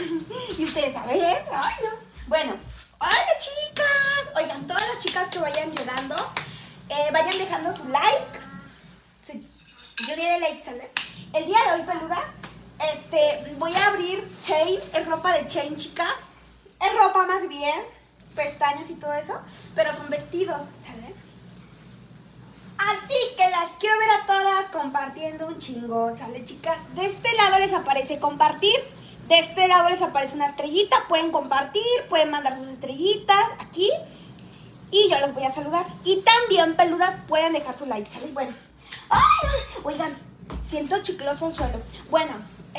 Y ustedes a ver, ay no. Bueno, hola chicas. Oigan, todas las chicas que vayan llegando, vayan dejando su like. Sí, yo diré like, ¿sale? El día de hoy, peludas, voy a abrir Shein. Es ropa de Shein, chicas. Es ropa más bien, pestañas y todo eso, pero son vestidos, ¿sale? Así que las quiero ver a todas compartiendo un chingo, ¿sale, chicas? De este lado les aparece compartir, de este lado les aparece una estrellita, pueden compartir, pueden mandar sus estrellitas aquí y yo los voy a saludar. Y también, peludas, pueden dejar su like, ¿sale? Bueno, ¡ay! Oigan, siento chicloso el suelo. Bueno,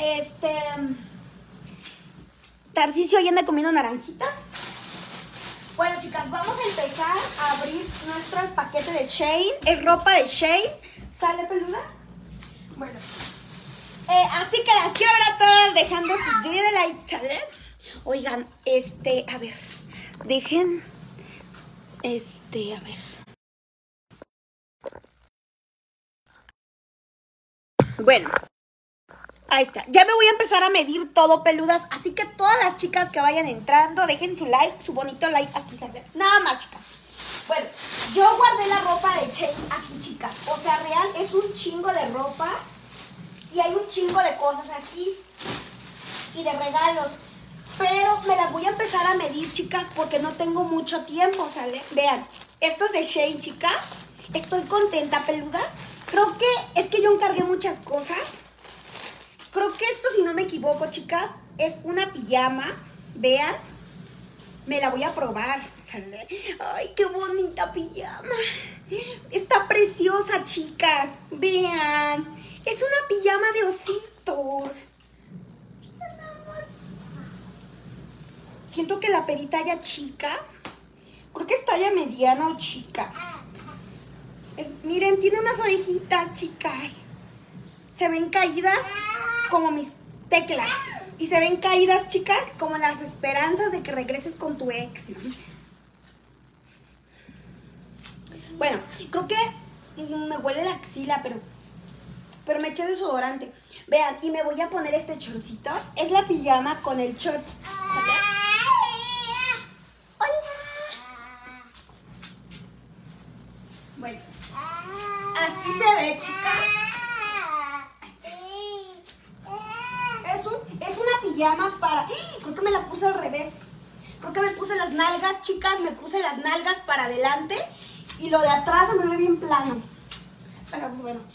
Tarcisio ahí anda comiendo naranjita. Bueno, chicas, vamos a empezar a abrir nuestro paquete de Shein. Es ropa de Shein. ¿Sale, peluda? Bueno. Así que las quiero ver a todas dejando su lluvia de like, ¿sale? Oigan, a ver. Dejen. A ver. Bueno. Ahí está. Ya me voy a empezar a medir todo, peludas. Así que todas las chicas que vayan entrando, dejen su like, su bonito like aquí, ¿sabes? Nada más, chicas. Bueno, yo guardé la ropa de Shein aquí, chicas. O sea, real, es un chingo de ropa. Y hay un chingo de cosas aquí. Y de regalos. Pero me las voy a empezar a medir, chicas, porque no tengo mucho tiempo, ¿sale? Vean, esto es de Shein, chicas. Estoy contenta, peludas. Creo que es que yo encargué muchas cosas. Creo que esto, si no me equivoco, chicas, es una pijama. Vean. Me la voy a probar, ¿sale? Ay, qué bonita pijama. Está preciosa, chicas. Vean. Es una pijama de ositos. Siento que la pedita ya chica. Creo que es talla mediana o chica. Miren, tiene unas orejitas, chicas. Se ven caídas como mis teclas. Y se ven caídas, chicas, como las esperanzas de que regreses con tu ex, ¿no? Bueno, creo que me huele la axila, pero me eché desodorante. Vean, y me voy a poner este shortcito. Es la pijama con el short. ¿Vale? ¡Hola! Bueno, así se ve, chicas. Es una pijama para... Creo que me la puse al revés. Creo que me puse las nalgas, chicas. Me puse las nalgas para adelante. Y lo de atrás se me ve bien plano. Pero pues bueno.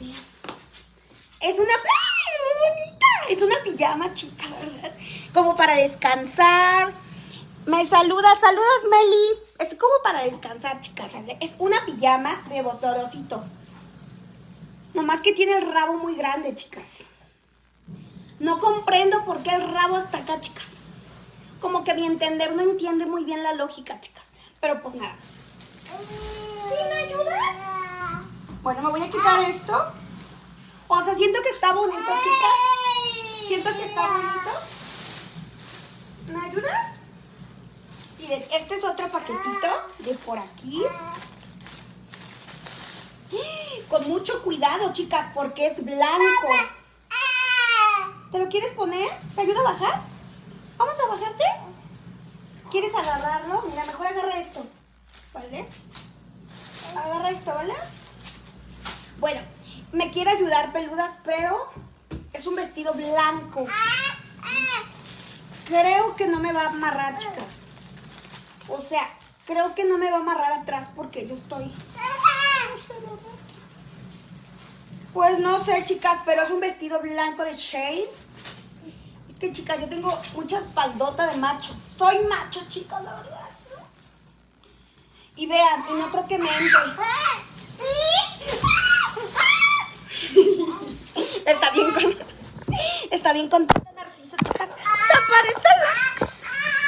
Es una... ¡ay, muy bonita! Es una pijama, chica, ¿verdad? Como para descansar. Me saludas, Meli. Es como para descansar, chicas. Es una pijama de botorositos. Nomás que tiene el rabo muy grande, chicas. No comprendo por qué el rabo está acá, chicas. Como que mi entender no entiende muy bien la lógica, chicas. Pero pues nada. ¿Sí me ayudas? Bueno, me voy a quitar esto. O sea, siento que está bonito, chicas. Siento que está bonito. ¿Me ayudas? Miren, este es otro paquetito de por aquí. Con mucho cuidado, chicas, porque es blanco. ¿Te lo quieres poner? ¿Te ayuda a bajar? ¿Vamos a bajarte? ¿Quieres agarrarlo? Mira, mejor agarra esto. ¿Vale? Agarra esto, ¿vale? Bueno, me quiere ayudar, peludas, pero es un vestido blanco. Creo que no me va a amarrar, chicas. O sea, creo que no me va a amarrar atrás porque yo estoy... Pues no sé, chicas, pero es un vestido blanco de Shein. Es que, chicas, yo tengo mucha espaldota de macho. Soy macho, chicas, la verdad, ¿no? Y vean, y no creo que me entre. Está bien contenta Narciso, chicas. ¡Se parece a Lux!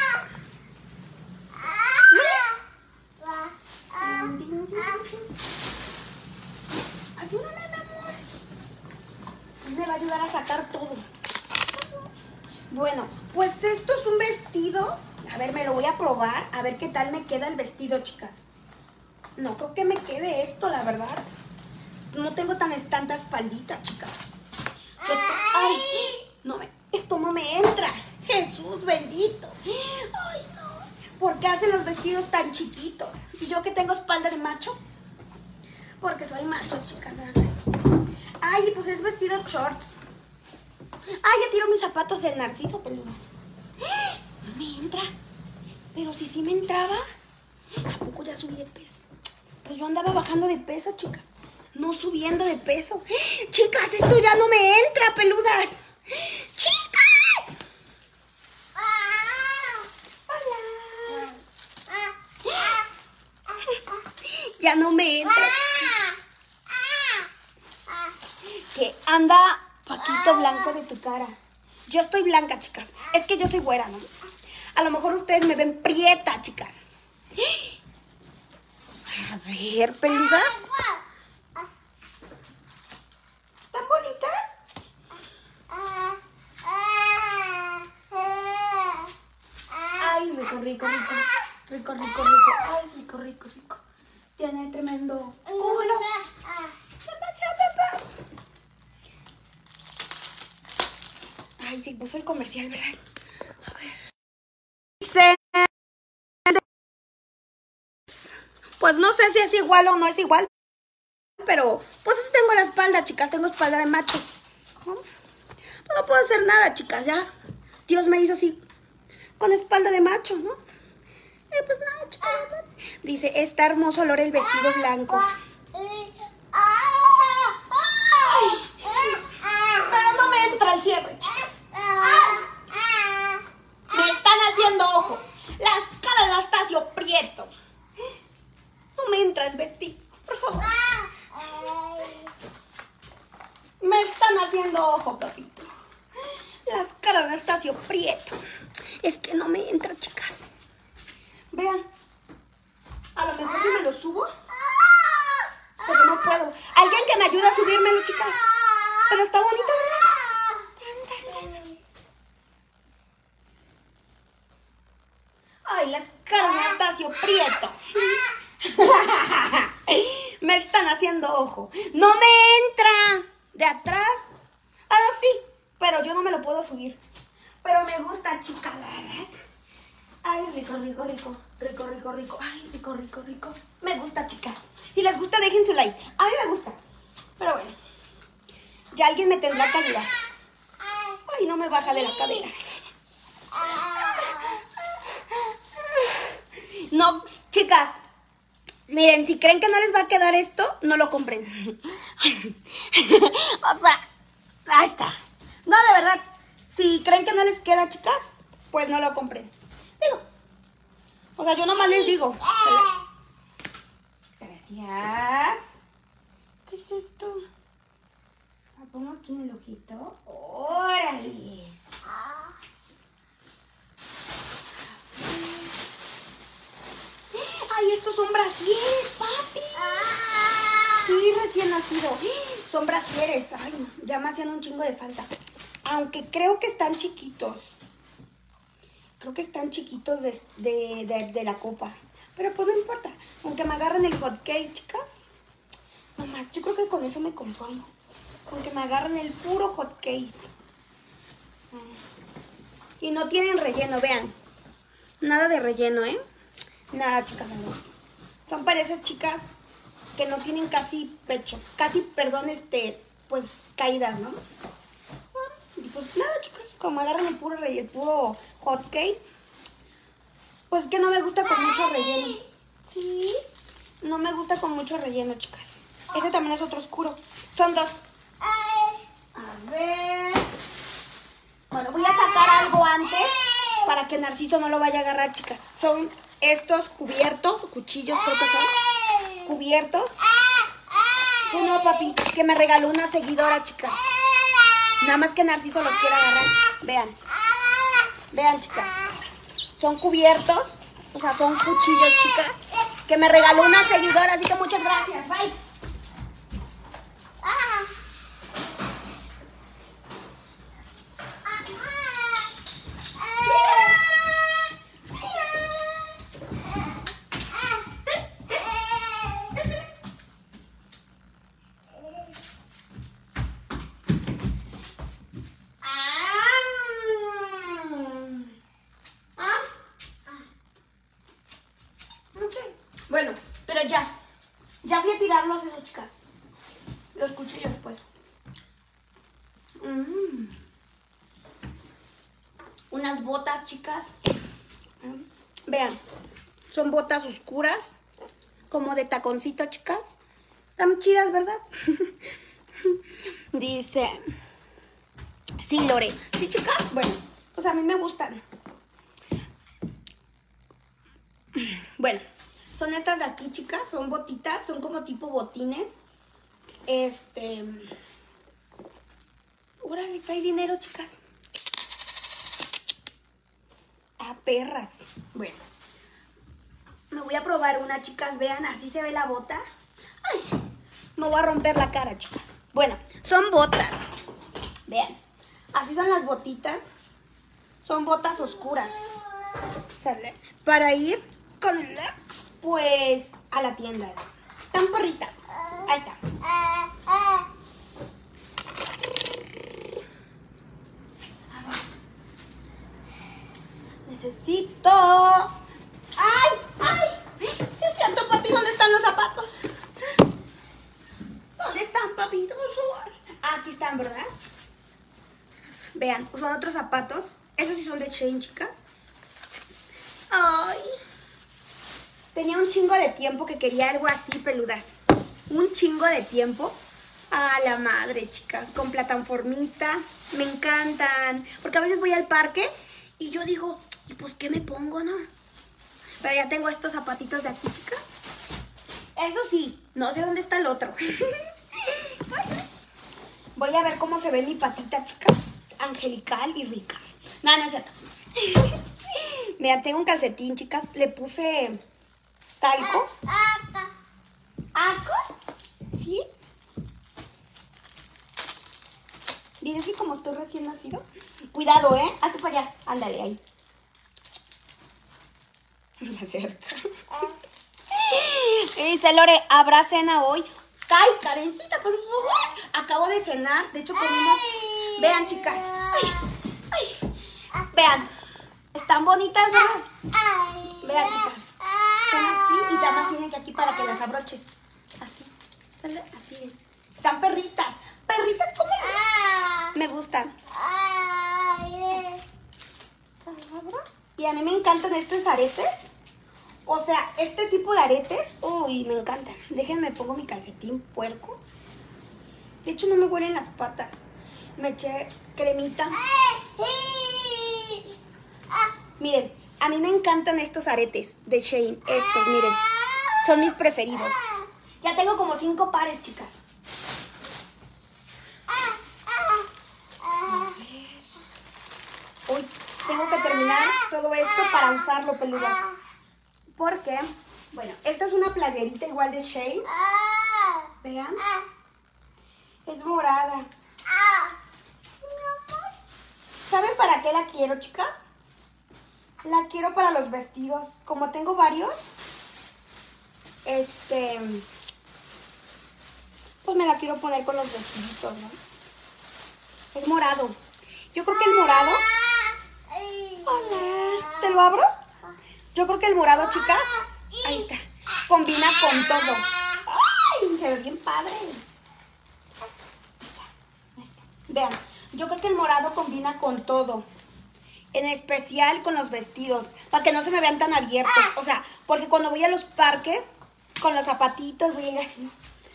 Ayúdame, mi amor. Me va a ayudar a sacar todo. Bueno, pues esto es un vestido. A ver, me lo voy a probar. A ver qué tal me queda el vestido, chicas. No creo que me quede esto, la verdad. No tengo tanta espaldita, chicas. Ay, no esto no me entra. Jesús. bendito. Ay, no. ¿Por qué hacen los vestidos tan chiquitos? Y yo que tengo espalda de macho. Porque soy macho, chicas, de verdad. Ay, pues es vestido shorts. Ay, ya tiro mis zapatos del Narciso, peludas. No me entra. Pero si sí me entraba. ¿A poco ya subí de peso? Pues yo andaba bajando de peso, chicas. No subiendo de peso. Chicas, esto ya no me entra, peludas. ¡Chicas! Hola. Ya no me entra, chicas. Que anda Paquito blanco de tu cara. Yo estoy blanca, chicas. Es que yo soy güera, ¿no? A lo mejor ustedes me ven prieta, chicas. A ver, peluda. ¿Tan bonita? Ay, rico, rico, rico. Rico, rico, rico. Ay, rico, rico, rico. Tiene tremendo culo. Ay, sí, puso el comercial, ¿verdad? A ver. Pues no sé si es igual o no es igual. Pero, pues tengo la espalda, chicas. Tengo espalda de macho. ¿No? Pues no puedo hacer nada, chicas, ya. Dios me hizo así, con espalda de macho, ¿no? Pues nada, chicas. Dice, está hermoso olor el vestido blanco. Ay, pero no me entra el cierre, chicas. Me están haciendo ojo. Las caras de Anastasio Prieto. No me entra el vestido, por favor. Me están haciendo ojo, papito. Las caras de Anastasio Prieto. Es que no me entra, chicas. Vean. A lo mejor si me lo subo. Pero no puedo. Alguien que me ayude a subírmelo, chicas. Pero está bonito, ¿verdad? Ay, las caras de Anastasio Prieto. Me están haciendo ojo. ¡No me entra! ¿De atrás? Ah, no, sí. Pero yo no me lo puedo subir. Pero me gusta, chicas, la verdad. Ay, rico, rico, rico. Rico, rico, rico. Ay, rico, rico, rico. Me gusta, chicas. Si les gusta, dejen su like. A mí me gusta. Pero bueno. Ya alguien me tendrá que ayudar. Ay, no me baja de la cadera. No, chicas. Miren, si creen que no les va a quedar esto, no lo compren. O sea, ahí está. No, de verdad. Si creen que no les queda, chicas, pues no lo compren. Digo. O sea, yo nomás les digo. Gracias. ¿Qué es esto? ¿La pongo aquí en el ojito? ¡Órale! ¡Ay, estos son brasieres, papi! Sí, recién nacido. Son brasieres. Ay, no, ya me hacían un chingo de falta. Aunque creo que están chiquitos. Creo que están chiquitos de la copa. Pero pues no importa. Aunque me agarren el hot cake, chicas. No más, yo creo que con eso me conformo. Con que me agarren el puro hot cake. Y no tienen relleno, vean. Nada de relleno, ¿eh? Nada, chicas, no. Son para esas chicas que no tienen casi pecho. Casi, perdón, pues caídas, ¿no? Y pues nada, chicas, como agarran el puro hot cake. Pues que no me gusta con mucho relleno. Sí, no me gusta con mucho relleno, chicas. Este también es otro oscuro. Son dos. A ver. Bueno, voy a sacar algo antes para que Narciso no lo vaya a agarrar, chicas. Son estos cubiertos, cuchillos creo que son. Cubiertos. Uno, papi, que me regaló una seguidora, chicas. Nada más que Narciso los quiere agarrar. Vean. Vean, chicas. Son cubiertos. O sea, son cuchillos, chicas. Que me regaló una seguidora. Así que muchas gracias. Bye. unas botas, chicas. Vean, son botas oscuras, como de taconcito, chicas. Están chidas, ¿verdad? Dice... Sí, Lore. Sí, chicas. Bueno, pues a mí me gustan. Bueno, son estas de aquí, chicas. Son botitas, son como tipo botines. Órale, trae dinero, chicas. Ah, perras. Bueno, me voy a probar una, chicas. Vean, así se ve la bota. Ay, me voy a romper la cara, chicas. Bueno, son botas. Vean, así son las botitas. Son botas oscuras. ¿Sale? Para ir con el ex, pues, a la tienda. Están perritas. Ahí está. Necesito... ¡Ay! ¡Ay! Sí es cierto, papi. ¿Dónde están los zapatos? ¿Dónde están, papi? Ah, aquí están, ¿verdad? Vean, pues son otros zapatos. Esos sí son de Shein, chicas. Ay. Tenía un chingo de tiempo que quería algo así, peludas. Un chingo de tiempo. A la madre, chicas. Con plataformita. Me encantan. Porque a veces voy al parque y yo digo, ¿y pues qué me pongo, no? Pero ya tengo estos zapatitos de aquí, chicas. Eso sí, no sé dónde está el otro. Voy a ver cómo se ve mi patita, chicas. Angelical y rica. No, no es cierto. Mira, tengo un calcetín, chicas. Le puse talco. ¿Aco? ¿Sí? Dile así como estoy recién nacido. Cuidado, ¿eh? Hazte para allá. Ándale, ahí. Se acerca. Y dice Lore, ¿habrá cena hoy? ¡Ay, Karencita, por favor! Acabo de cenar. De hecho, comimos... Vean, chicas. Ay, ay. Vean. Están bonitas, ¿no? Vean, chicas. Son así y además tienen que aquí para que las abroches. Así. Así. Están perritas. Perritas como... Me gustan. Y a mí me encantan estos aretes. O sea, este tipo de aretes. Uy, me encantan. Déjenme pongo mi calcetín puerco. De hecho, no me huelen las patas. Me eché cremita. Miren, a mí me encantan estos aretes de Shein. Estos, miren. Son mis preferidos. Ya tengo como 5 pares, chicas. A ver. Uy, tengo que terminar todo esto para usarlo, peludas. Porque, bueno, esta es una playerita igual de Shein. Vean. Es morada. ¿Saben para qué la quiero, chicas? La quiero para los vestidos. Como tengo varios, pues me la quiero poner con los vestiditos, ¿no? Es morado. Yo creo que el morado... Hola. ¿Te lo abro? Yo creo que el morado, chicas, ahí está, combina con todo. ¡Ay! Se ve bien padre. Ahí está. Vean, yo creo que el morado combina con todo. En especial con los vestidos, para que no se me vean tan abiertos. O sea, porque cuando voy a los parques, con los zapatitos, voy a ir así.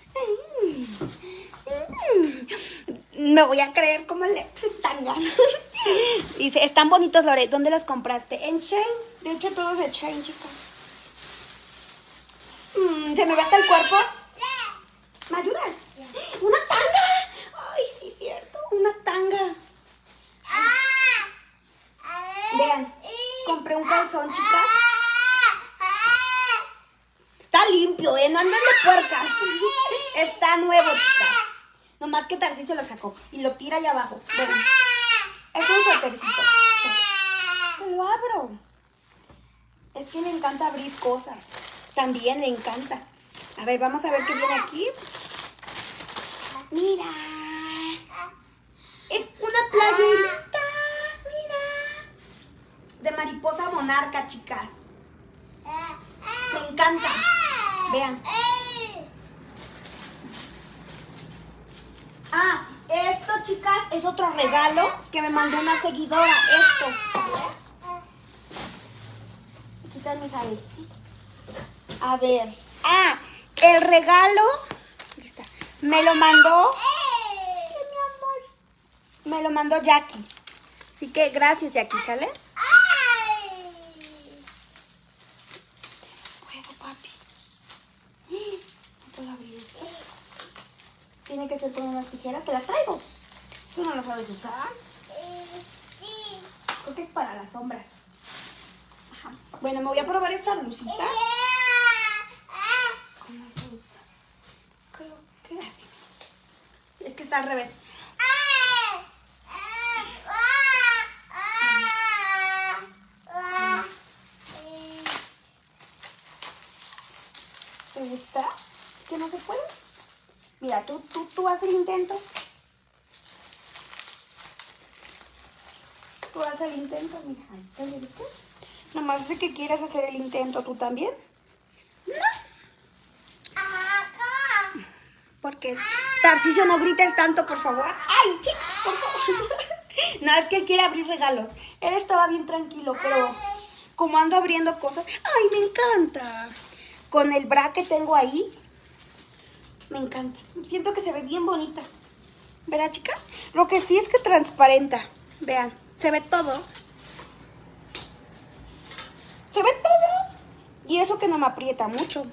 Me voy a creer como el ex tanga. Dice, están bonitos, Lore. ¿Dónde los compraste? En Shein. De hecho, todos de Shein, chicos. ¿Se me ve hasta el cuerpo? ¿Me ayudas? ¡Una tanga! Ay, sí, cierto. Una tanga. Vean, compré un calzón, chicas. Está limpio, ¿eh? No andan de puercas. Está nuevo, chicas. Nomás que Tarcisio lo sacó y lo tira allá abajo. Vean. Es un suétercito. Te lo abro. Es que le encanta abrir cosas. También le encanta. A ver, vamos a ver qué viene aquí. Mira. Es una playerita. Mira. De mariposa monarca, chicas. Me encanta. Vean. Ah, esto, chicas, es otro regalo que me mandó una seguidora. Esto. Aquí está mi Javi. A ver. Ah, el regalo. Aquí está. Me lo mandó. Mi amor. Me lo mandó Jackie. Así que gracias, Jackie, ¿sale? Juego, papi. No puedo abrir esto. Tiene que ser con unas tijeras que las traigo. ¿Tú no las sabes usar? Sí. Creo que es para las sombras. Ajá. Bueno, me voy a probar esta blusita. ¿Cómo se usa? Creo que así. Es que está al revés. ¿Te gusta? ¿Que no se puede? Mira, tú haz el intento. Tú haz el intento, mira. Ahí está, ¿ya viste? Nomás de que quieras hacer el intento, ¿tú también? No. Porque Tarcisio, no grites tanto, por favor. ¡Ay, chica, por favor! No, es que él quiere abrir regalos. Él estaba bien tranquilo, pero como ando abriendo cosas... ¡Ay, me encanta! Con el bra que tengo ahí, me encanta. Siento que se ve bien bonita. ¿Verdad, chicas? Lo que sí es que transparenta. Vean, se ve todo. Se ve todo. Y eso que no me aprieta mucho.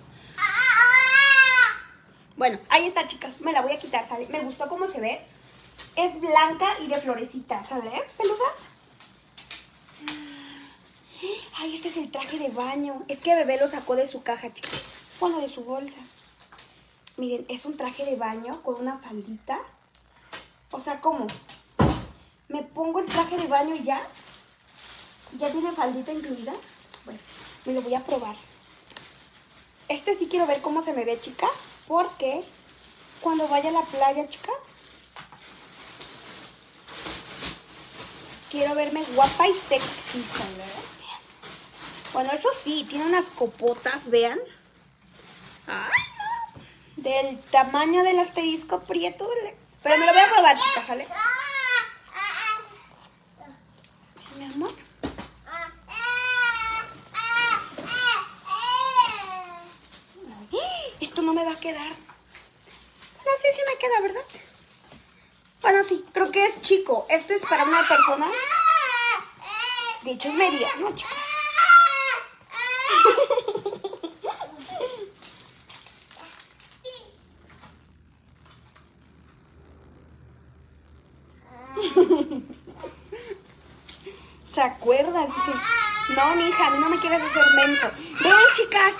Bueno, ahí está, chicas. Me la voy a quitar, ¿sale? Me gustó cómo se ve. Es blanca y de florecita, ¿sale? ¿Peludas? Ay, este es el traje de baño. Es que bebé lo sacó de su caja, chicas. Bueno, de su bolsa. Miren, es un traje de baño con una faldita. O sea, ¿cómo? Me pongo el traje de baño y ya. ¿Ya tiene faldita incluida? Bueno, me lo voy a probar. Este sí quiero ver cómo se me ve, chicas. Porque cuando vaya a la playa, chicas, quiero verme guapa y sexy, ¿sabes? Bueno, eso sí, tiene unas copotas, vean. Ay, no. Del tamaño del asterisco prieto del ex. Pero me lo voy a probar, chicas, ¿sale? ¿Sí, mi amor? Esto no me va a quedar. No sé si me queda, ¿verdad? Bueno, sí, creo que es chico. Este es para una persona. De hecho, es mediano, chicas. ¿Se acuerda? Dice, no, mi hija, a mí no me quieres hacer menso. Vean, chicas.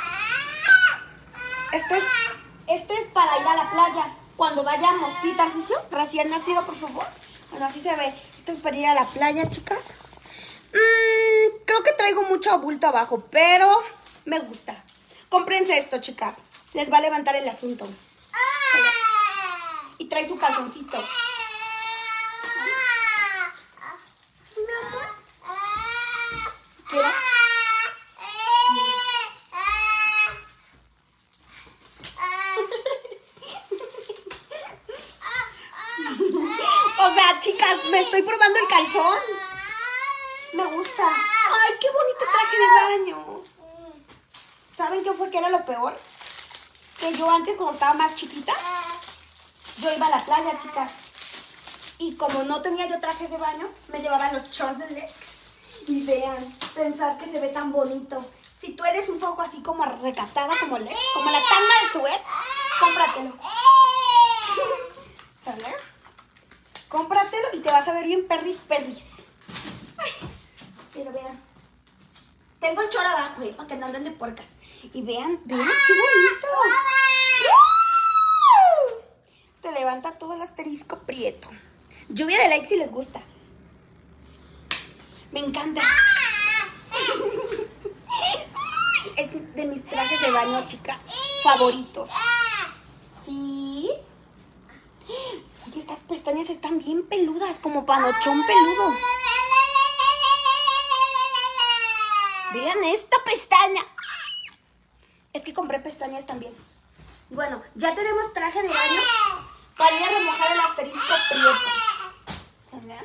Este es para ir a la playa cuando vayamos. ¿Sí, Tarcisio? Recién nacido, por favor. Bueno, así se ve. Esto es para ir a la playa, chicas. Creo que traigo mucho bulto abajo, pero me gusta. Cómprense esto, chicas. Les va a levantar el asunto. Y trae su calzoncito. Mi amor. ¿Qué? O sea, chicas, me estoy probando el calzón. Me gusta. Ay, qué bonito traje de baño. ¿Saben qué fue que era lo peor? Que yo antes, cuando estaba más chiquita, yo iba a la playa, chicas. Y como no tenía yo traje de baño, me llevaba los shorts de Lex. Y vean, pensar que se ve tan bonito. Si tú eres un poco así como recatada como Lex, como la tanga de tu ex, cómpratelo. ¿Vale? Cómpratelo y te vas a ver bien perris. Ay, pero vean. Tengo el chor abajo, para que no anden de puercas. Y vean, qué bonito. Te levanta todo el asterisco prieto. Lluvia de likes si les gusta. Me encanta. Es de mis trajes de baño, chicas, favoritos. ¿Sí? Oye, estas pestañas están bien peludas, como panochón peludo. Vean esta pestaña. Es que compré pestañas también. Bueno, ya tenemos traje de baño para ir a remojar el asterisco prieto. ¿Verdad?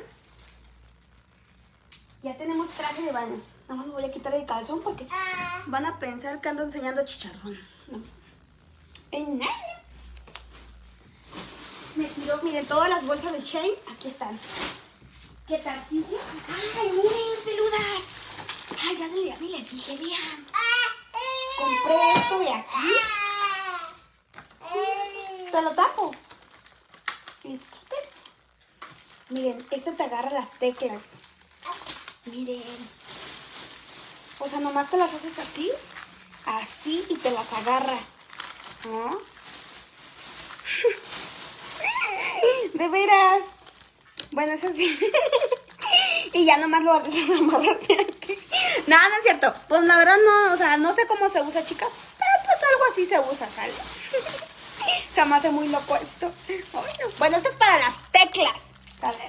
Ya tenemos traje de baño. Nada más me voy a quitar el calzón porque van a pensar que ando enseñando chicharrón. No. En nada. Me tiró, miren, todas las bolsas de Shein, aquí están. ¿Qué tal, Cintia? ¡Ay, miren, peludas! ¡Ay, ya ni les dije, vean! Compré esto de aquí. Te lo tapo. ¿Listo? Miren, esto te agarra las teclas. Miren. O sea, nomás te las haces así y te las agarra. ¿No? De veras. Bueno, es así. Y ya nomás lo amarras de aquí. No, no es cierto. Pues la verdad no, o sea, no sé cómo se usa, chicas. Pero pues algo así se usa, ¿sale? Se me hace muy loco esto. Bueno, esto es para las teclas. ¿Sale?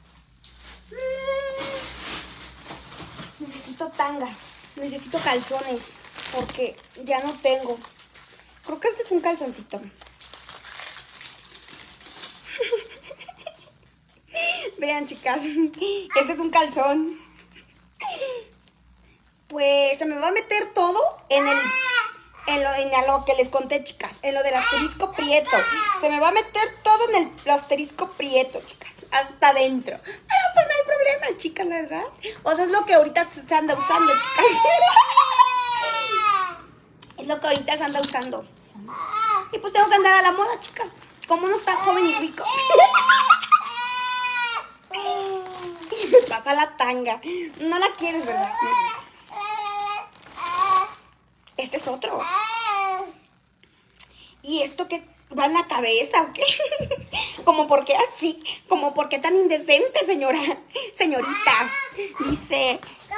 Necesito tangas. Necesito calzones. Porque ya no tengo. Creo que este es un calzoncito. Vean, chicas, este es un calzón. Pues se me va a meter todo en lo que les conté, chicas. En lo del asterisco prieto. Se me va a meter todo en el asterisco prieto, chicas. Hasta adentro. Pero pues no hay problema, chicas, la verdad. O sea, es lo que ahorita se anda usando, chicas. Es lo que ahorita se anda usando. Y pues tengo que andar a la moda, chicas. Como uno está joven y rico. Me pasa la tanga. No la quieres, ¿verdad? Este es otro. ¿Y esto qué va en la cabeza o qué? Como por qué así, como por qué tan indecente, señorita. Dice,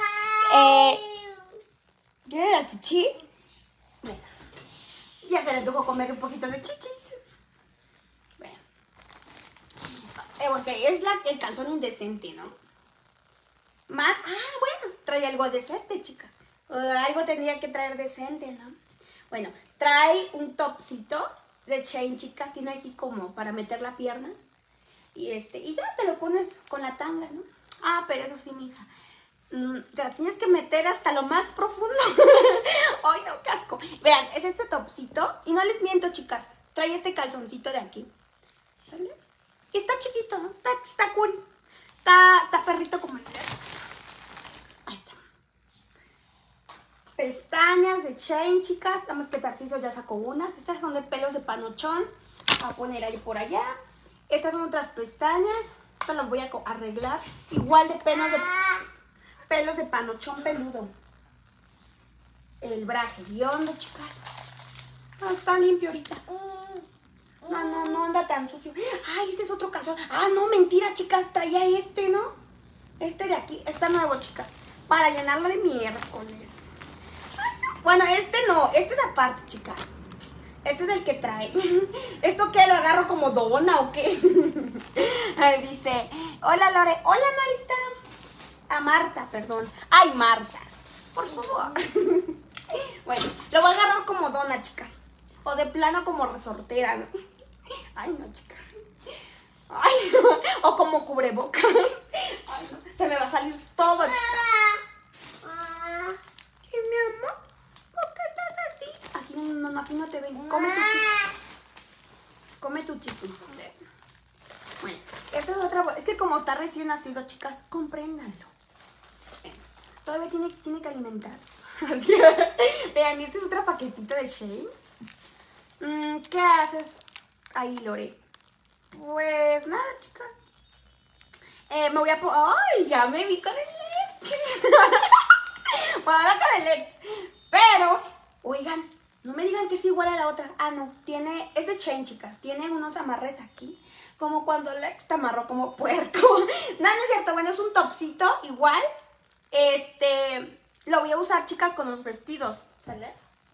¿quiere la chichi? Bueno, ya se le tocó comer un poquito de chichis. Bueno, ok, es el calzón indecente, ¿no? Más, bueno, trae algo decente, chicas. Algo tendría que traer decente, ¿no? Bueno, trae un topcito de Shein, chicas. Tiene aquí como para meter la pierna. Y ya te lo pones con la tanga, ¿no? Pero eso sí, mija. Te la tienes que meter hasta lo más profundo. Ay, no, casco. Vean, es este topcito. Y no les miento, chicas. Trae este calzoncito de aquí. ¿Sale? Y está chiquito, ¿no? Está cool. Está perrito como el dedo. Ahí está. Pestañas de Shein, chicas. Nada más que Tarciso ya sacó unas. Estas son de pelos de panochón. Voy a poner ahí por allá. Estas son otras pestañas. Estas las voy a arreglar. Igual de pelos de panochón peludo. El braje biondo, chicas. Está limpio ahorita. No anda tan sucio. Ay, este es otro calzón. No, mentira, chicas. Traía este, ¿no? Este de aquí. Está nuevo, chicas. Para llenarlo de miércoles. Bueno, este no. Este es aparte, chicas. Este es el que trae. ¿Esto qué? ¿Lo agarro como dona o qué? Dice, hola Lore. Hola Marita. Marta, perdón. Ay, Marta. Por favor. Bueno, lo voy a agarrar como dona, chicas. O de plano como resortera, ¿no? Ay, no, chicas. Ay, no. O como cubrebocas. Ay, no. Se me va a salir todo, chicas. ¿Qué, mi amor? ¿Por qué estás así? Aquí no te ven. Come tu chichi. Come tu chichi. Bueno, esta es otra. Es que como está recién nacido, chicas, compréndanlo. Todavía tiene que alimentarse. Vean, este es otro paquetito de Shein. ¿Qué haces ahí, Lore? Pues nada, chicas. Me voy a poner. ¡Ay! Ya me vi con el LED. Bueno, ahora con el LED. Pero, oigan, no me digan que es igual a la otra. No. Es de Shein, chicas. Tiene unos amarres aquí. Como cuando Lex te amarró como puerco. No es cierto. Bueno, es un topcito igual. Lo voy a usar, chicas, con los vestidos. ¿Sale?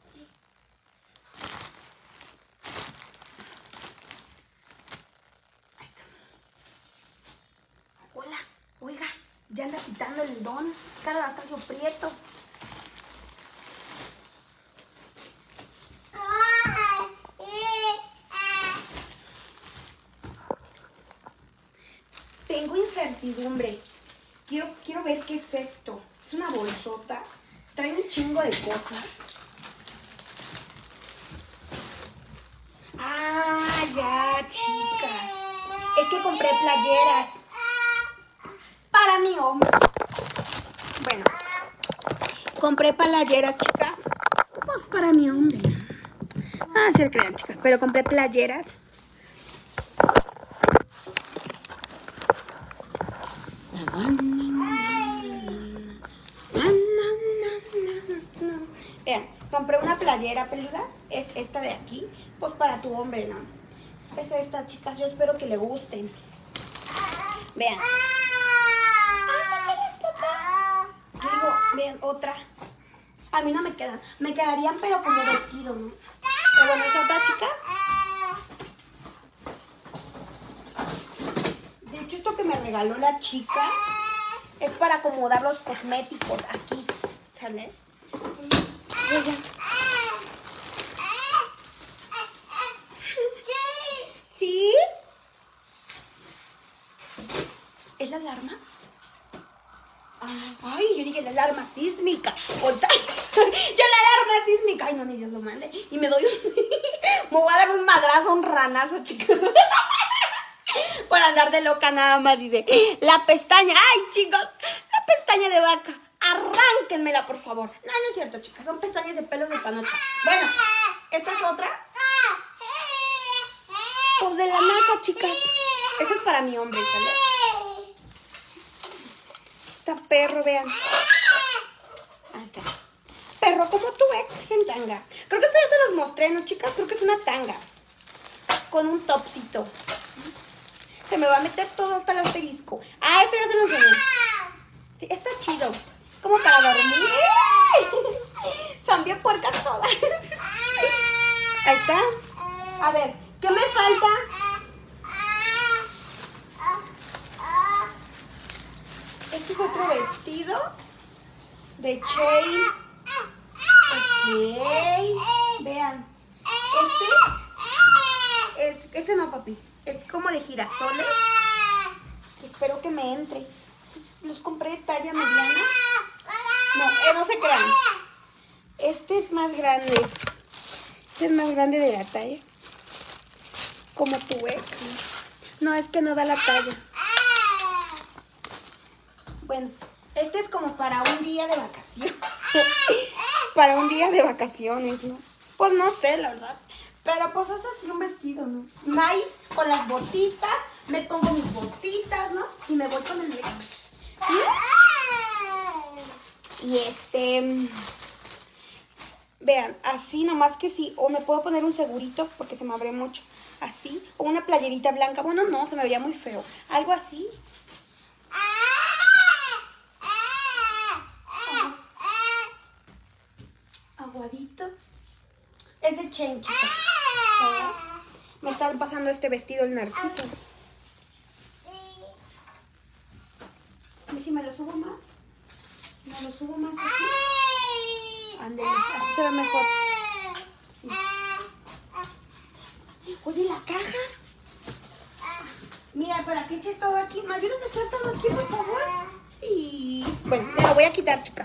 Ahí está. Hola, oiga, ya anda quitando el don. Cada hasta su prieto. Tengo incertidumbre. Quiero ver qué es esto. Es una bolsota. Trae un chingo de cosas. Ah, ya, chicas. Es que compré playeras para mi hombre. Bueno, compré playeras, chicas. Pues para mi hombre. Ah, se lo crean, chicas. Pero compré playeras. Vean, compré una playera peluda. Es esta de aquí. Pues para tu hombre, ¿no? Es esta, chicas. Yo espero que le gusten. Vean. Yo digo, vean, otra. A mí no me quedan. Me quedarían, pero como vestido, ¿no? Pero bueno, es otra, chicas. De hecho, esto que me regaló la chica es para acomodar los cosméticos aquí. ¿Sale? ¿Sí? ¿Es la alarma? Ay, yo dije la alarma sísmica. Yo la alarma sísmica. Ay, no, ni Dios lo mande. Y me doy me voy a dar un madrazo, un ranazo, chicos. Por andar de loca nada más. Dice, la pestaña. Ay, chicos, la pestaña de vaca. Arránquenmela, por favor. No, no es cierto, chicas. Son pestañas de pelos de panocha. Bueno, esta es otra. Pues de la NASA, chicas. Esto es para mi hombre, ¿sale? Está perro, vean. Ahí está. Perro como tu ex en tanga. Creo que esto ya se los mostré, ¿no, chicas? Creo que es una tanga. Con un topsito. Se me va a meter todo hasta el asterisco. Ah, esto ya se lo enseñé. Sí, está chido. Es como para dormir. Son bien puercas todas. Ahí está. A ver, ¿qué me falta? Este es otro vestido de Chain. Ok. Vean. Este no, papi. Es como de girasoles. Espero que me entre. Los compré de talla mediana. No, no se crean. Este es más grande. Este es más grande de la talla. Como tu ex. No, es que no da la talla. Bueno, este es como para un día de vacaciones. Para un día de vacaciones, ¿no? Pues no sé, la verdad. Pero pues es así un vestido, ¿no? Nice, con las botitas. Me pongo mis botitas, ¿no? Y me voy con el ex. Y vean, así nomás que sí. O me puedo poner un segurito porque se me abre mucho. Así. O una playerita blanca. Bueno, no, se me vería muy feo. Algo así. Aguadito. Es de Chain, chicas. Me está pasando este vestido el Narciso. A ver si me lo subo más. Me lo subo más aquí. Ándale, así se ve mejor. Sí. Oye, la caja. Mira, para que eches todo aquí. ¿Me ayudas a echar todo aquí, por favor? Sí. Bueno, me lo voy a quitar, chicas.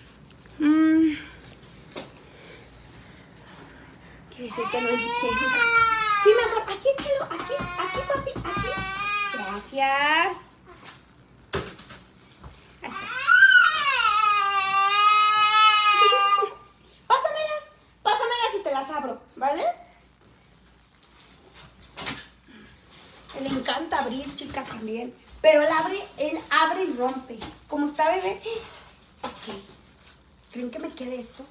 Quiere decir que no entiendo. Sí, mi amor, aquí échalo. Aquí, papi, aquí. Gracias. Pásamelas y te las abro, ¿vale? Le encanta abrir, chicas, también. Pero él abre y rompe. Como está, bebé. Ok. ¿Creen que me quede esto?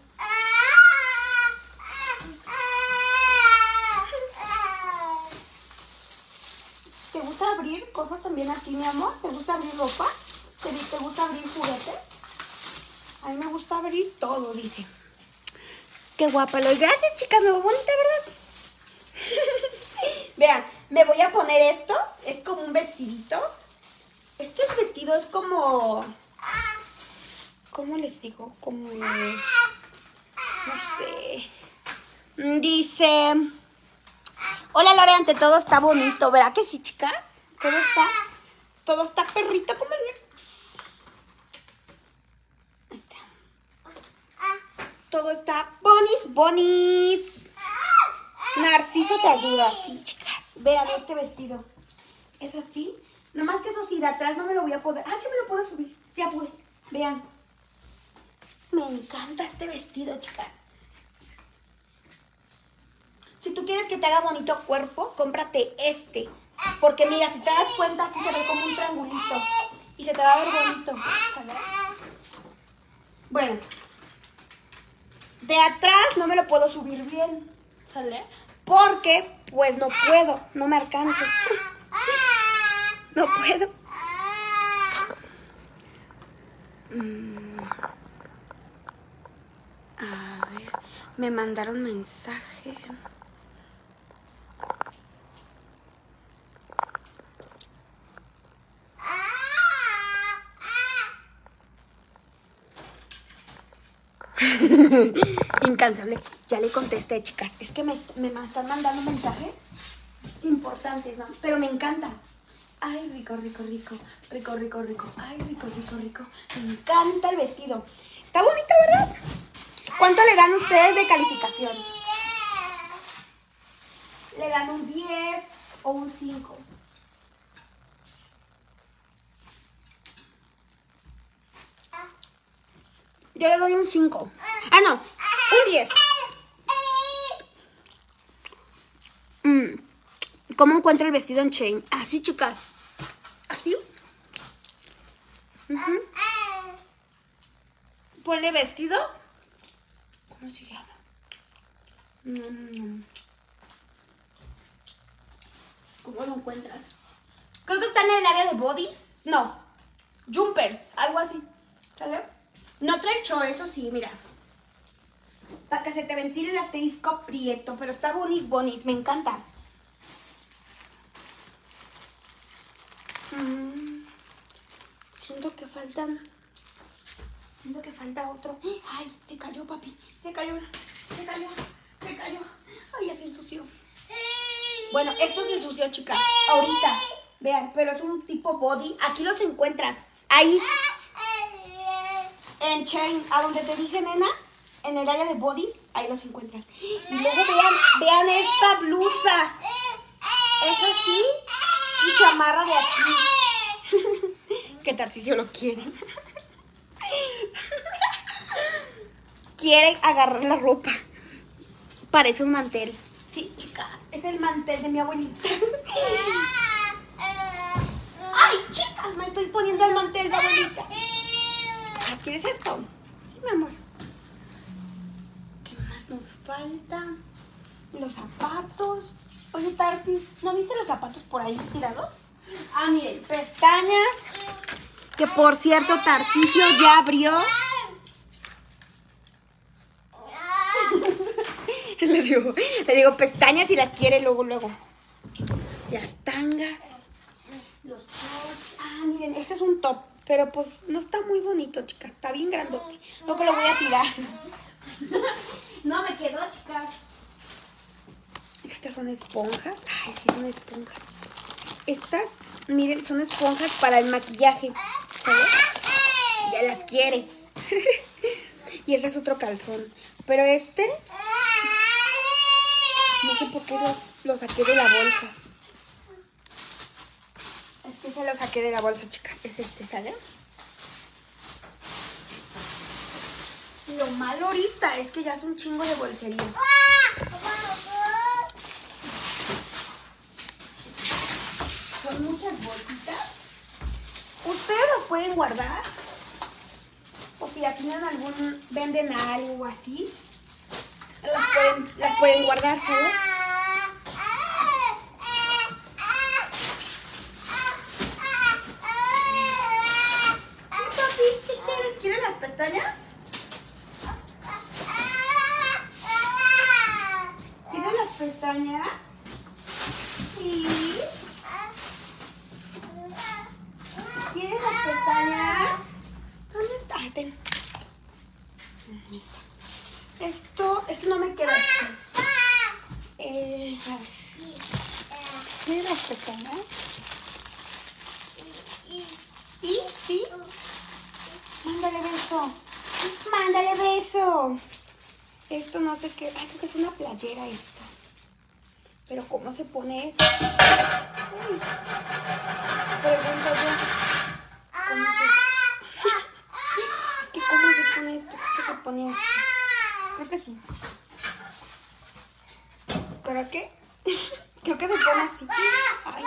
¿Te gusta abrir cosas también así, mi amor? ¿Te gusta abrir ropa? ¿Te gusta abrir juguetes? A mí me gusta abrir todo, dice. Qué guapa lo. Gracias, chicas, me veo bonita, ¿verdad? Vean, me voy a poner esto. Es como un vestidito. Este vestido es como... ¿Cómo les digo? Como... No sé. Dice... Hola, Lore, ante todo está bonito. ¿Verdad que sí, chicas? Todo está Todo está perrito como el ex. Ahí está. Todo está bonis. Narciso te ayuda. Sí, chicas. Vean este vestido. Es así. Nomás que eso sí, de atrás no me lo voy a poder. Ah, sí me lo puedo subir. Sí, ya pude. Vean. Me encanta este vestido, chicas. Si tú quieres que te haga bonito cuerpo, cómprate este. Porque mira, si te das cuenta, aquí se ve como un triangulito. Y se te va a ver bonito. ¿Sale? Bueno. De atrás no me lo puedo subir bien. ¿Sale? Porque, pues no puedo. No me alcanzo. No puedo. A ver. Me mandaron mensaje. Incansable. Ya le contesté, chicas. Es que me están mandando mensajes importantes, ¿no? Pero me encanta. Ay, rico. Ay, rico. Me encanta el vestido. Está bonito, ¿verdad? ¿Cuánto le dan ustedes de calificación? ¿Le dan un 10 o un 5? Yo le doy un 5. Ah, no. Un 10. ¿Cómo encuentro el vestido en Shein? Así, chicas. Así. Ponle vestido. ¿Cómo se llama? ¿Cómo lo encuentras? Creo que está en el área de bodies. No. Jumpers. Algo así. ¿Sale? No trae short, eso sí, mira. Para que se te ventile el asterisco prieto. Pero está bonis. Me encanta. Siento que falta otro. Ay, se cayó, papi. Se cayó. Ay, ya se ensució. Bueno, esto se ensució, chicas. Ahorita. Vean, pero es un tipo body. Aquí los encuentras. Ahí. En Shein, a donde te dije, nena. En el área de bodies. Ahí los encuentras. Y luego vean esta blusa. Es así. Y se amarra de aquí. Que Tarcisio lo quiere. Quiere agarrar la ropa. Parece un mantel. Sí, chicas, es el mantel de mi abuelita. Ay, chicas, me estoy poniendo el mantel de abuelita. ¿Quieres esto? Sí, mi amor. ¿Qué más nos falta? Los zapatos. Oye, Tarsi, ¿no viste los zapatos por ahí tirados? Ah, miren, pestañas. Que por cierto, Tarcisio ya abrió. Le digo pestañas y las quiere luego. Las tangas. Los shorts. Ah, miren, este es un top. Pero pues no está muy bonito, chicas. Está bien grandote. Luego lo voy a tirar. No me quedó, chicas. Estas son esponjas. Ay, sí, son esponjas. Estas, miren, son esponjas para el maquillaje. ¿Sabes? Ya las quiere. Y este es otro calzón. Pero este, no sé por qué lo saqué de la bolsa. Es que se lo saqué de la bolsa, chicas. Es este, ¿sale? Lo malo ahorita es que ya es un chingo de bolsería. Son muchas bolsitas. Ustedes las pueden guardar. O si ya tienen venden algo así, las pueden guardar, ¿sabes? Papi, ¿quieres las pestañas? ¿Quieres las pestañas? Sí. ¿Quieres las pestañas? ¿Dónde está? Ten. Esto no me queda. ¿Quieres las pestañas? beso. Mándale beso. Esto no sé qué. Ay, creo que es una playera esto. Pero ¿cómo se pone eso? Uy. Pregunto yo. ¿Cómo se... Es que ¿cómo se pone esto? ¿Qué se pone esto? Creo que sí. Creo que se pone así. Ay, no.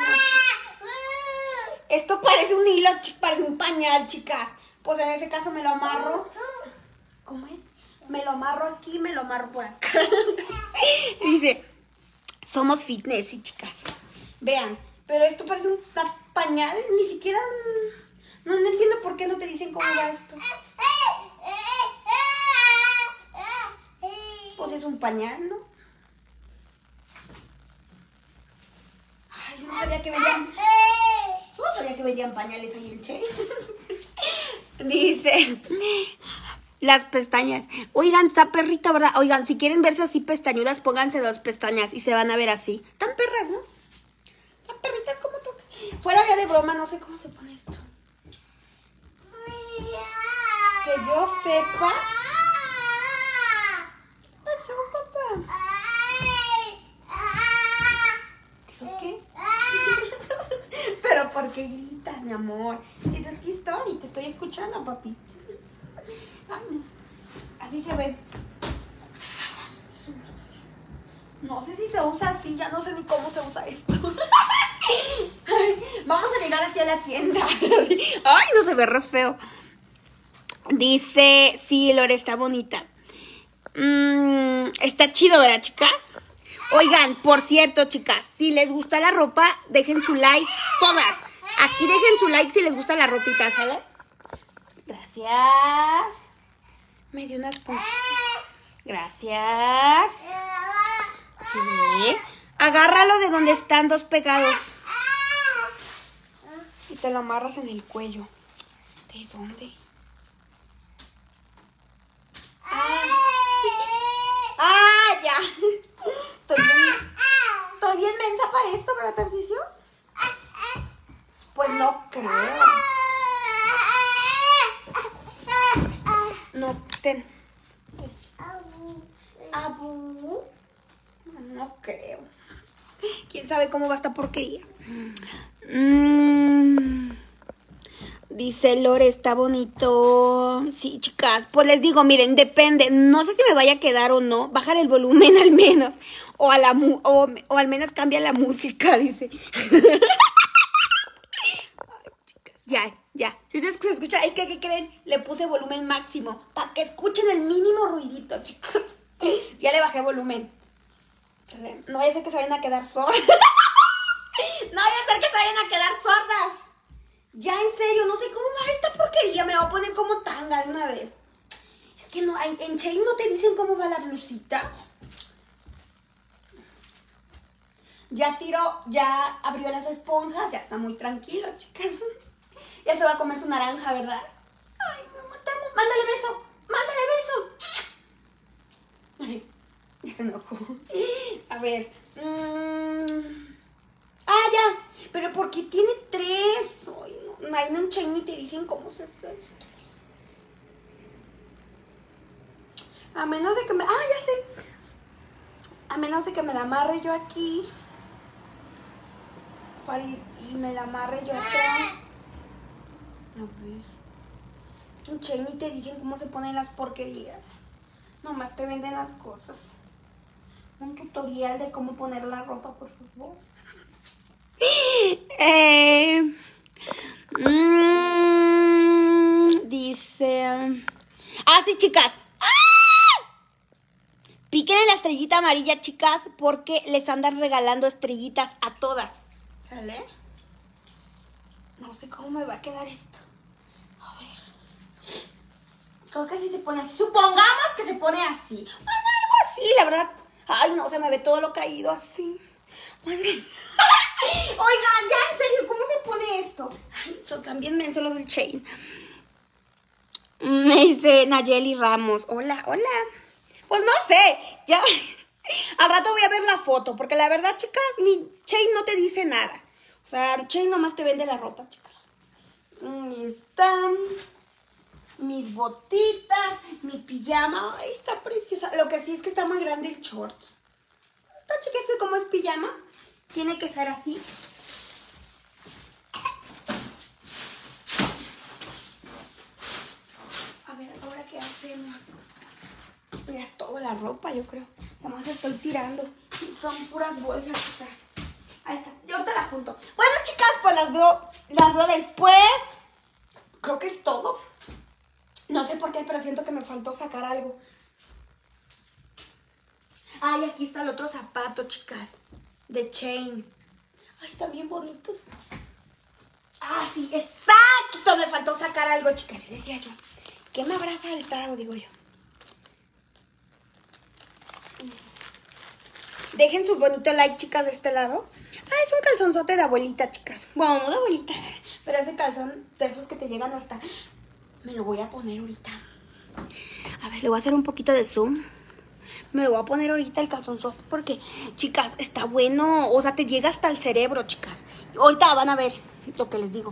Esto parece un hilo, parece un pañal, chicas. Pues en ese caso me lo amarro. ¿Cómo es? Me lo amarro aquí, me lo amarro por acá. Dice, somos fitness, sí, chicas. Vean, pero esto parece un pañal, ni siquiera... No entiendo por qué no te dicen cómo va esto. Pues es un pañal, ¿no? Ay, yo no sabía que vendían... No sabía que vendían pañales ahí en Che. Dice... Las pestañas. Oigan, está perrita, ¿verdad? Oigan, si quieren verse así pestañudas, pónganse 2 pestañas y se van a ver así. Están perras, ¿no? Están perritas como tú. Fuera ya de broma, no sé cómo se pone esto. Que yo sepa. Ay, se va, papá. ¿Creo qué? Pero ¿por qué gritas, mi amor? Si te estoy, te estoy escuchando, papi. Ay, no. Así se ve. No sé si se usa así, ya no sé ni cómo se usa esto. Vamos a llegar así a la tienda. Ay, no, se ve re feo. Dice, sí, Lore, está bonita. Está chido, ¿verdad, chicas? Oigan, por cierto, chicas, si les gusta la ropa, dejen su like, todas. Aquí dejen su like si les gusta la ropita, ¿sale? Gracias. Me dio unas puntas. Gracias. Sí. Agárralo de donde están 2 pegados. Y te lo amarras en el cuello. ¿De dónde? ¡Ah, ya! Estoy bien mensa para esto, ¿verdad, Tarcisio? Pues no creo. No, ten. Abu. No creo. ¿Quién sabe cómo va esta porquería? Dice Lore, está bonito. Sí, chicas, pues les digo, miren, depende. No sé si me vaya a quedar o no. Bajar el volumen al menos. O al menos cambia la música, dice. Ay, chicas, ya. Si se escucha, es que, ¿qué creen? Le puse volumen máximo. Para que escuchen el mínimo ruidito, chicos. Ya le bajé volumen. No vaya a ser que se vayan a quedar sordas. No vaya a ser que se vayan a quedar sordas. Ya, en serio, no sé cómo va esta porquería. Me voy a poner como tanga de una vez. Es que no hay, en Shein no te dicen cómo va la blusita. Ya abrió las esponjas. Ya está muy tranquilo, chicas. Ya se va a comer su naranja, ¿verdad? Ay, mi amor, te amo. Mándale beso. Ay, ya se enojó. A ver. Ah, ya. Pero ¿por qué tiene 3? Ay, no. Ay, no, en Shein ni te dicen cómo se hace esto. A menos de que me... Ah, ya sé. A menos de que me la amarre yo aquí. Y me la amarre yo atrás. A ver. En Shein ni te dicen cómo se ponen las porquerías. Nomás te venden las cosas. Un tutorial de cómo poner la ropa, por favor. Dice... Ah, sí, chicas. ¡Ah! Piquen en la estrellita amarilla, chicas, porque les andan regalando estrellitas a todas. ¿Sale? No sé cómo me va a quedar esto. A ver. Creo que así se pone así. Supongamos que se pone así. Bueno, algo así, la verdad. Ay, no, se me ve todo lo caído así. Bueno. Oigan, ya, en serio, ¿cómo se pone esto? Ay, son también mensos los del Shein. Me dice Nayeli Ramos. Hola. Pues no sé, ya. Al rato voy a ver la foto, porque la verdad, chicas, ni Shein no te dice nada. O sea, Shein nomás te vende la ropa, chicas. Ahí están mis botitas, mi pijama. Ay, está preciosa. Lo que sí es que está muy grande el short. Está chiquito, como es pijama. Tiene que ser así. A ver, ¿ahora qué hacemos? Ya es toda la ropa, yo creo. Nada más estoy tirando. Son puras bolsas, chicas. Ahí está. Yo te la junto. Bueno, chicas, pues las veo después. Creo que es todo. No sé por qué, pero siento que me faltó sacar algo. Ay, aquí está el otro zapato, chicas. De Chain. Ay, están bien bonitos. Ah, sí, exacto. Me faltó sacar algo, chicas. Yo decía yo, ¿qué me habrá faltado? Digo yo. Dejen su bonito like, chicas, de este lado. Ah, es un calzonzote de abuelita, chicas. Bueno, no de abuelita, pero ese calzón de esos que te llegan hasta... Me lo voy a poner ahorita. A ver, le voy a hacer un poquito de zoom. Me lo voy a poner ahorita el calzonzote porque, chicas, está bueno. O sea, te llega hasta el cerebro, chicas. Ahorita van a ver lo que les digo.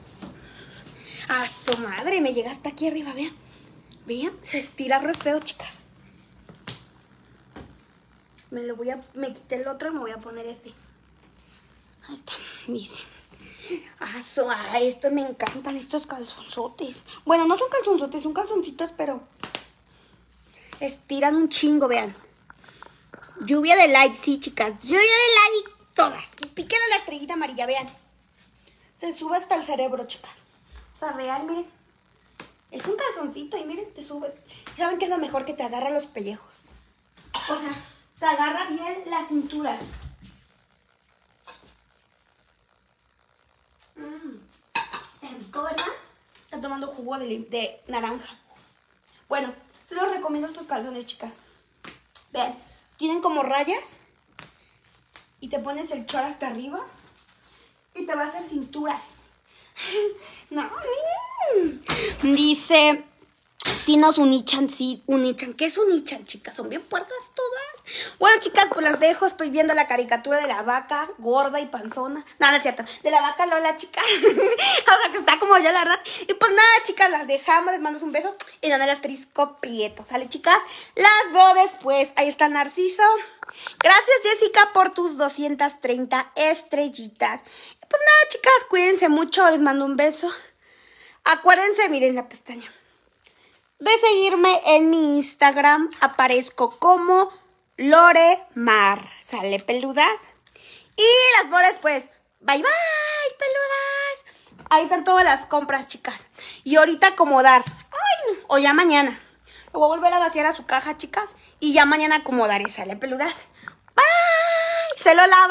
A su madre, me llega hasta aquí arriba, vean. Vean, se estira re feo, chicas. Me quité el otro y me voy a poner este. Ahí está, dice. Estos me encantan, estos calzonzotes. Bueno, no son calzonzotes, son calzoncitos, pero estiran un chingo, vean. Lluvia de like, sí, chicas. Lluvia de like, todas. Y píquenle la estrellita amarilla, vean. Se sube hasta el cerebro, chicas. O sea, real, miren. Es un calzoncito y miren, te sube. ¿Saben qué es lo mejor? Que te agarra los pellejos. O sea, te agarra bien la cintura. Es rico, ¿verdad? Está tomando jugo de naranja. Bueno, se los recomiendo estos calzones, chicas. Vean, tienen como rayas. Y te pones el short hasta arriba. Y te va a hacer cintura. No. Dice... Sí nos unichan, sí, unichan. ¿Qué es unichan, chicas? Son bien puercas todas. Bueno, chicas, pues las dejo. Estoy viendo la caricatura de la vaca gorda y panzona. No, no es cierto. De la vaca Lola, chicas. O sea, que está como yo, la verdad. Y pues nada, chicas, las dejamos. Les mando un beso. Y dan el asterisco prieto. ¿Sale, chicas? Las veo después. Ahí está Narciso. Gracias, Jessica, por tus 230 estrellitas. Y pues nada, chicas, cuídense mucho. Les mando un beso. Acuérdense, miren la pestaña. De seguirme en mi Instagram, aparezco como Loremar. ¿Sale, peludas? Y las veo después. Bye, bye, peludas. Ahí están todas las compras, chicas. Y ahorita acomodar. Ay, no. O ya mañana. Lo voy a volver a vaciar a su caja, chicas. Y ya mañana acomodaré. ¿Sale, peludas? Bye. Se lo lava.